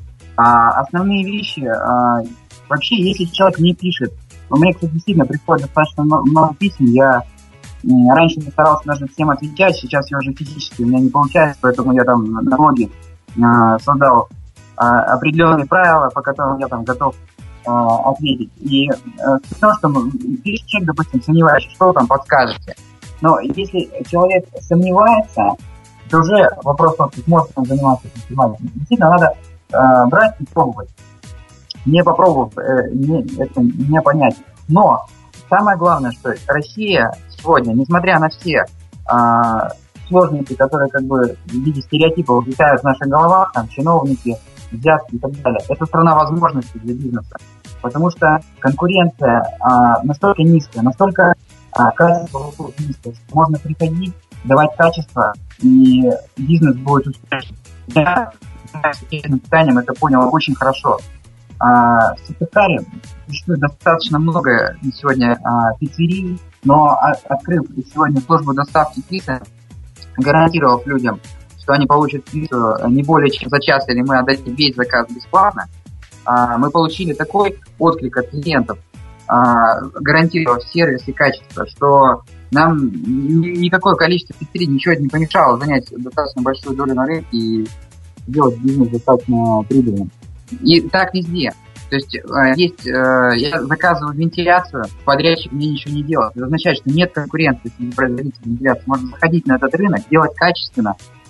А основные вещи, а, вообще, если человек не пишет, у меня, кстати, действительно приходит достаточно много писем, я м, раньше старался даже всем отвечать, сейчас я уже физически, у меня не получается, поэтому я там на блоге а, создал а, определенные правила, по которым я там готов а, ответить. И а, то, что пишет человек, допустим, сомневаешься, что вы там подскажете. Но если человек сомневается, то уже вопрос, сможет он заниматься предпринимательством. Действительно, надо э, брать и пробовать. Не попробовав, э, не, это не понять. Но самое главное, что Россия сегодня, несмотря на все э, сложности, которые как бы в виде стереотипов витают в наших головах, там, чиновники, взятки и так далее, это страна возможностей для бизнеса. Потому что конкуренция э, настолько низкая, настолько а качество вокруг низкое, что можно приходить, давать качество, и бизнес будет успешным. Я с этим питанием это понял очень хорошо. А, в Сыктывкаре существует достаточно много сегодня а, пиццерий, но а, открыв сегодня службу доставки пиццы, гарантировав людям, что они получат пиццу не более чем за час, или мы отдадим весь заказ бесплатно, а, мы получили такой отклик от клиентов, гарантировав сервис и качество, что нам никакое количество пиццерий ничего не помешало занять достаточно большую долю на рынке и сделать бизнес достаточно прибыльным. И так везде. То есть, есть я заказываю вентиляцию, подрядчик мне ничего не делает. Это означает, что нет конкуренции среди производителей вентиляции. Можно заходить на этот рынок, делать качественно,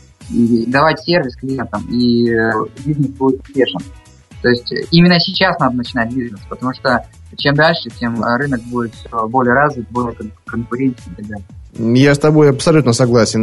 и давать сервис клиентам, и бизнес будет успешен. То есть именно сейчас надо начинать бизнес, потому что чем дальше, тем рынок будет более развит, более конкурентный и так далее. Я с тобой абсолютно согласен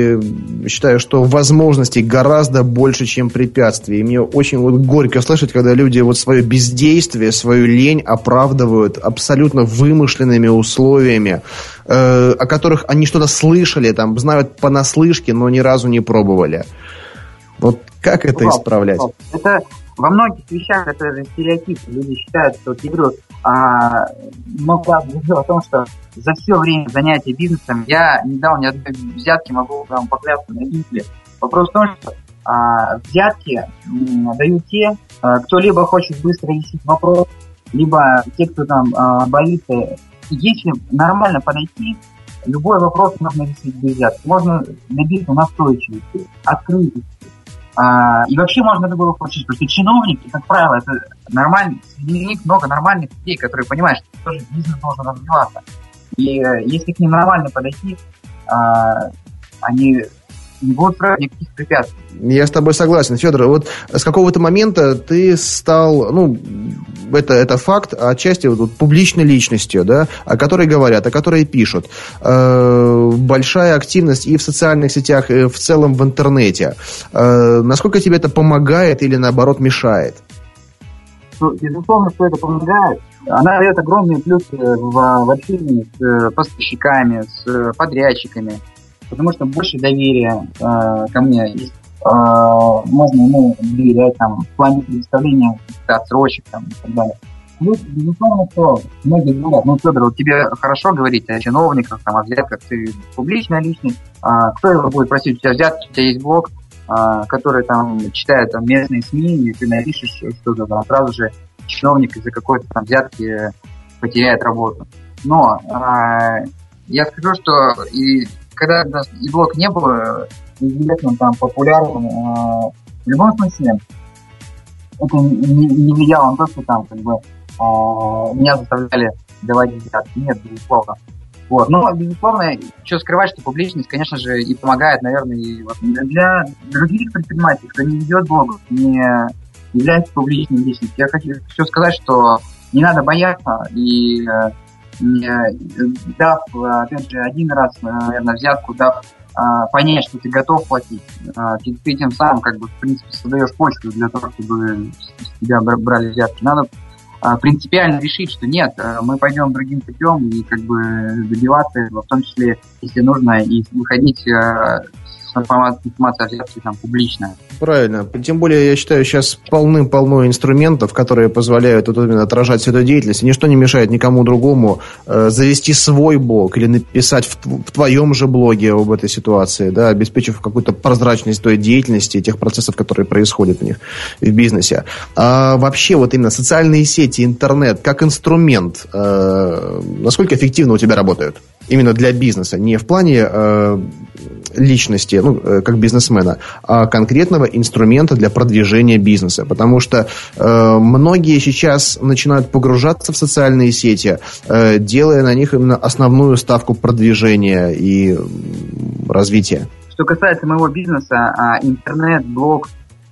и считаю, что возможностей гораздо больше, чем препятствий. И мне очень вот горько слышать, когда люди вот свое бездействие, свою лень оправдывают абсолютно вымышленными условиями, э, о которых они что-то слышали, там, знают понаслышке, но ни разу не пробовали. Вот как это исправлять? Это во многих вещах это стереотип. Люди считают, что, я говорю, А, но правда дело о том, что за все время занятия бизнесом я не дал ни одной взятки, могу вам поклясться на Библии. Вопрос в том, что а, взятки м, дают те, а, кто либо хочет быстро решить вопрос, либо те, кто там а, боится. Если нормально подойти, любой вопрос можно решить без взятки. Можно добиться настойчивости, открытости. А, и вообще можно другого получить, потому что чиновники, как правило, это нормально, среди них много нормальных людей, которые понимают, что тоже бизнес должен развиваться. И э, если к ним нормально подойти, а, они не будут строить никаких препятствий. Я с тобой согласен, Федор. Вот с какого-то момента ты стал, ну, это, это факт, отчасти вот, вот, публичной личностью, да, о которой говорят, о которой пишут. Э, большая активность и в социальных сетях, и в целом в интернете. Э, насколько тебе это помогает или, наоборот, мешает? Ну, безусловно, что это помогает. Она дает огромные плюсы в, в общении с поставщиками, с подрядчиками, потому что больше доверия э, ко мне есть. Э, можно ему доверять там, в плане предоставления отсрочек там, и так далее. Плюс, безусловно, что многие говорят, ну, Федор, вот тебе хорошо говорить о чиновниках, там, о взятках, ты публичная личность, а кто его будет просить у тебя взятки, у тебя есть блог, а, который там читает там, местные СМИ, и ты напишешь что-то, там, сразу же чиновник из-за какой-то там взятки потеряет работу. Но а, я скажу, что и когда и блог не был известным, там, популярным, а, в любом смысле это не, не влияло на то, что там как бы а, меня заставляли давать взятки. Нет, безусловно. Вот. Но, безусловно, что скрывать, что публичность, конечно же, и помогает, наверное, и вот для других предпринимателей, кто не ведет блог, не является публичной личностью. Я хочу все сказать, что не надо бояться, и не, дав, опять же, один раз, наверное, взятку, дав понять, что ты готов платить, ты, ты тем самым, как бы, в принципе, создаешь почву для того, чтобы с тебя брали взятки. Надо принципиально решить, что нет, мы пойдем другим путем и как бы добиваться этого, в том числе, если нужно, и выходить с информацией о взятке там публично. Правильно. Тем более, я считаю, сейчас полным-полно инструментов, которые позволяют вот именно отражать всю эту деятельность. И ничто не мешает никому другому э, завести свой блог или написать в, в твоем же блоге об этой ситуации, да, обеспечив какую-то прозрачность той деятельности и тех процессов, которые происходят у них в бизнесе. А вообще, вот именно социальные сети, интернет, как инструмент, э, насколько эффективно у тебя работают? Именно для бизнеса, не в плане э, личности, ну, э, как бизнесмена, а конкретного инструмента для продвижения бизнеса. Потому что э, многие сейчас начинают погружаться в социальные сети, э, делая на них именно основную ставку продвижения и развития. Что касается моего бизнеса, интернет, блог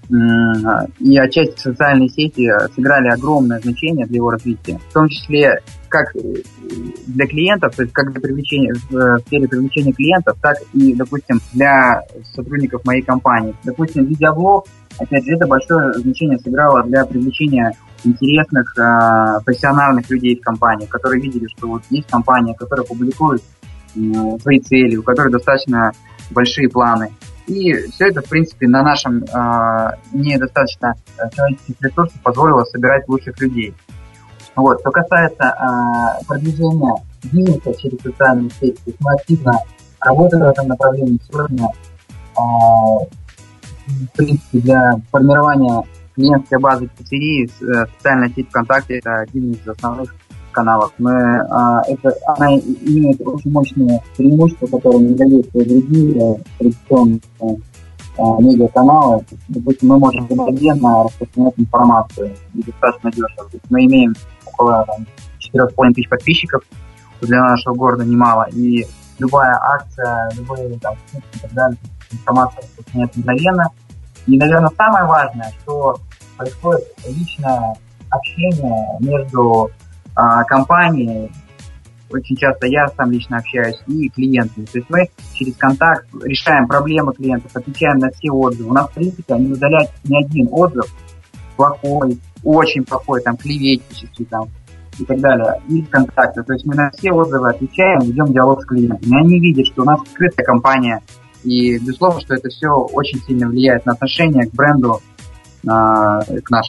и отчасти социальные сети сыграли огромное значение для его развития, в том числе как для клиентов, то есть как для привлечения, в сфере привлечения клиентов, так и, допустим, для сотрудников моей компании. Допустим, видеоблог, опять же, это большое значение сыграло для привлечения интересных, э, профессиональных людей в компании, которые видели, что вот есть компания, которая публикует э, свои цели, у которой достаточно большие планы. И все это, в принципе, на нашем э, недостаточно человеческих ресурсов позволило собирать лучших людей. Вот. Что касается э, продвижения бизнеса через социальные сети, то есть мы активно работаем в этом направлении. Сегодня, э, в принципе, для формирования клиентской базы пиццерии э, социальная сеть ВКонтакте – это один из основных каналов. Мы, э, это, она имеет очень мощные преимущества, которые не дают другие традиционные э, медиаканалы. Допустим, мы можем мгновенно распространять информацию и достаточно дешево. То есть мы имеем около четыре с половиной тысяч подписчиков, что для нашего города немало. И любая акция, любые там, и так далее, информация распространяется мгновенно. И, наверное, самое важное, что происходит личное общение между а, компанией. Очень часто я сам лично общаюсь, и клиентами. То есть мы через контакт решаем проблемы клиентов, отвечаем на все отзывы. У нас, в принципе, не удаляют ни один отзыв плохой, очень плохой, там, клеветнический, там, и так далее, из контакта. То есть мы на все отзывы отвечаем, ведем диалог с клиентами. Они видят, что у нас открытая компания, и, безусловно, что это все очень сильно влияет на отношение к бренду, к нашему.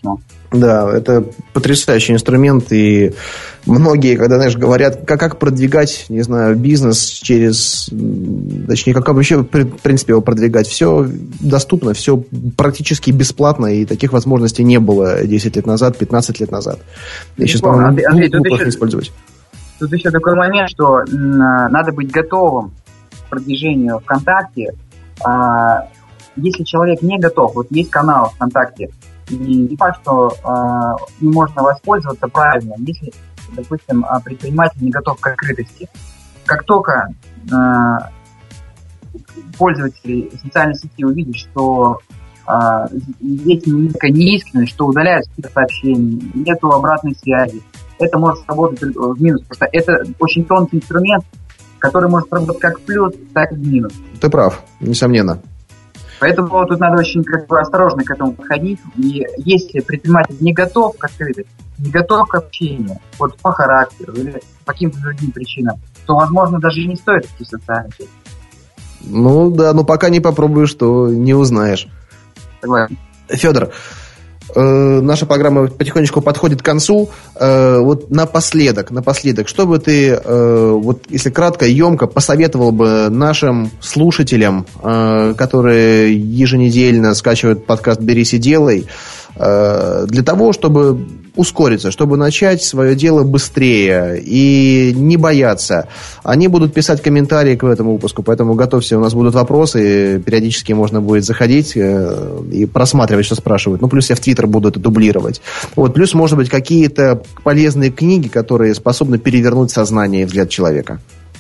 Да, это потрясающий инструмент, и многие, когда, знаешь, говорят, как, как продвигать, не знаю, бизнес через, точнее, как вообще, в принципе, его продвигать, все доступно, все практически бесплатно, и таких возможностей не было десять лет назад, пятнадцать лет назад. И сейчас, по-моему, глупо их использовать. Тут еще такой момент, что м, надо быть готовым к продвижению ВКонтакте. А, если человек не готов, вот есть канал ВКонтакте, и не факт, что а, им можно воспользоваться правильно, если, допустим, предприниматель не готов к открытости. Как только а, пользователи социальной сети увидят, что а, есть некая неискренность, что удаляют какие-то сообщения, нету обратной связи, это может работать в минус, потому что это очень тонкий инструмент, который может работать как в плюс, так и в минус. Ты прав, несомненно. Поэтому тут надо очень как бы осторожно к этому подходить. И если предприниматель не готов к открытости, не готов к общению, вот по характеру или по каким-то другим причинам, то, возможно, даже и не стоит идти в социальную сеть. Ну да, но пока не попробуешь, то не узнаешь. Согласен. Федор, э, наша программа потихонечку подходит к концу. Э, вот напоследок, напоследок, что бы ты, э, вот если кратко, емко посоветовал бы нашим слушателям, э, которые еженедельно скачивают подкаст «Берись и делай», э, для того, чтобы ускориться, чтобы начать свое дело быстрее и не бояться. Они будут писать комментарии к этому выпуску, поэтому готовься, у нас будут вопросы, периодически можно будет заходить и просматривать, что спрашивают. Ну, плюс я в Твиттер буду это дублировать. Вот, плюс, может быть, какие-то полезные книги, которые способны перевернуть сознание и взгляд человека.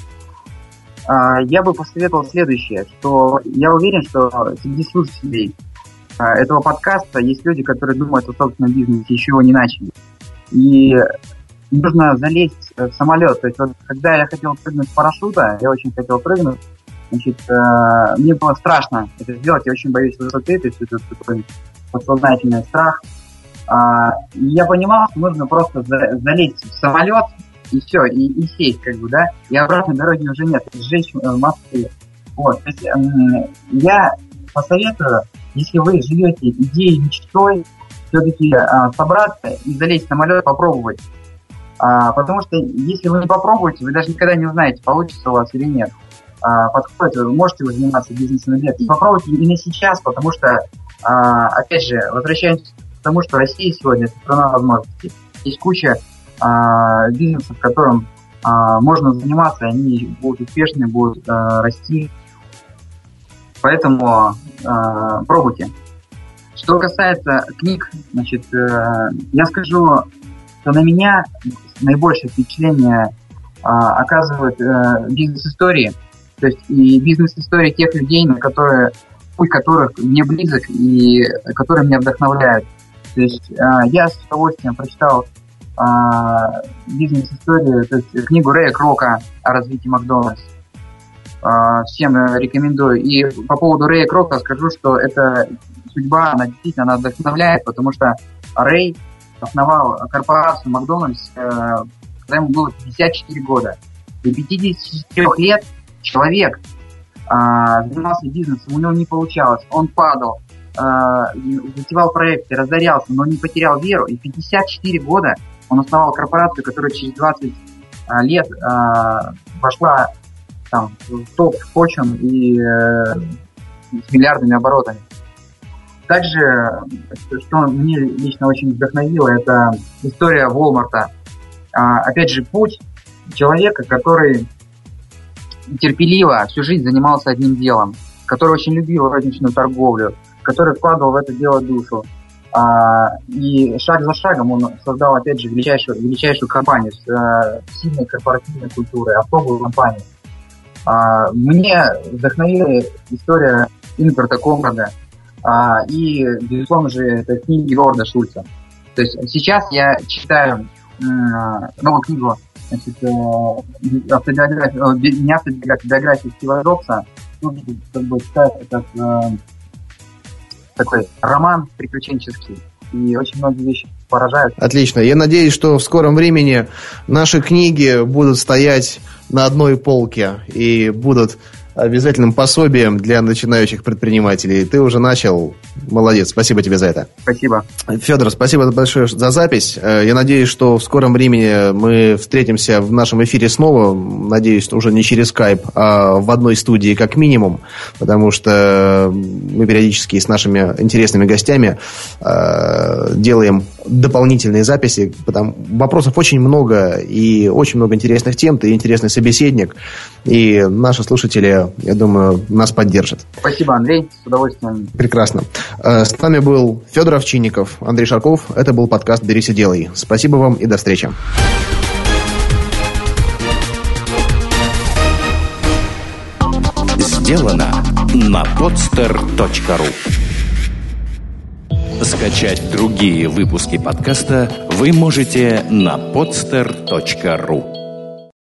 Я бы посоветовал следующее, что я уверен, что среди слушателей этого подкаста есть люди, которые думают о собственном бизнесе, еще его не начали. И нужно залезть в самолет. То есть вот, когда я хотел прыгнуть с парашюта, я очень хотел прыгнуть, значит, э, мне было страшно это сделать, я очень боюсь высоты, то есть это такой подсознательный страх. А, и я понимал, что нужно просто за, залезть в самолет, и все, и, и сесть, как бы, да, и обратной дороги уже нет, сжечь в Москве. Вот, то есть э, я посоветую, если вы живете идеей, мечтой, все-таки а, собраться и залезть в самолет, попробовать. А, потому что если вы не попробуете, вы даже никогда не узнаете, получится у вас или нет. А, подходит, вы можете вы заниматься бизнесом или нет. И попробуйте именно сейчас, потому что, а, опять же, возвращаемся к тому, что Россия сегодня – это страна возможностей. Есть куча а, бизнесов, которым а, можно заниматься, они будут успешны, будут а, расти. Поэтому э, пробуйте. Что касается книг, значит, э, я скажу, что на меня наибольшее впечатление э, оказывают э, бизнес-истории, то есть и бизнес-истории тех людей, на которые, путь которых мне близок и которые меня вдохновляют. То есть э, я с удовольствием прочитал э, бизнес-историю, то есть книгу Рэя Крока о развитии Макдональдс. Всем рекомендую. И по поводу Рэя Крока скажу, что эта судьба, она действительно она вдохновляет, потому что Рэй основал корпорацию Макдональдс, когда ему было пятьдесят четыре года. До пятидесяти четырёх лет человек занимался бизнесом, у него не получалось, он падал, затевал проекты, разорялся, но не потерял веру. И в пятьдесят четыре года он основал корпорацию, которая через двадцать лет вошла там, в топ Fortune и э, с миллиардными оборотами. Также, что мне лично очень вдохновило, это история Walmart. А, опять же, путь человека, который терпеливо всю жизнь занимался одним делом, который очень любил розничную торговлю, который вкладывал в это дело душу. А, и шаг за шагом он создал, опять же, величайшую, величайшую компанию с а, сильной корпоративной культурой, оптовую компанию. А, мне вдохновила история Ингарта Конрада а, и, безусловно же, это книги Говарда Шульца. То есть сейчас я читаю э, новую книгу, значит, э, автобиографию, не автобиографию, биографию Стива Джобса. Ну, как бы читается как э, такой роман приключенческий. И очень многие вещи поражают. Отлично. Я надеюсь, что в скором времени наши книги будут стоять на одной полке и будут обязательным пособием для начинающих предпринимателей. Ты уже начал. Молодец. Спасибо тебе за это. Спасибо. Федор, спасибо большое за запись. Я надеюсь, что в скором времени мы встретимся в нашем эфире снова. Надеюсь, уже не через скайп, а в одной студии как минимум, потому что мы периодически с нашими интересными гостями э, делаем дополнительные записи. Потому вопросов очень много и очень много интересных тем. Ты интересный собеседник. И наши слушатели, я думаю, нас поддержат. Спасибо, Андрей. С удовольствием. Прекрасно. С нами был Федор Овчинников, Андрей Шарков. Это был подкаст «Берись и делай». Спасибо вам и до встречи. Сделано на podster точка ру. Скачать другие выпуски подкаста вы можете на podster точка ру.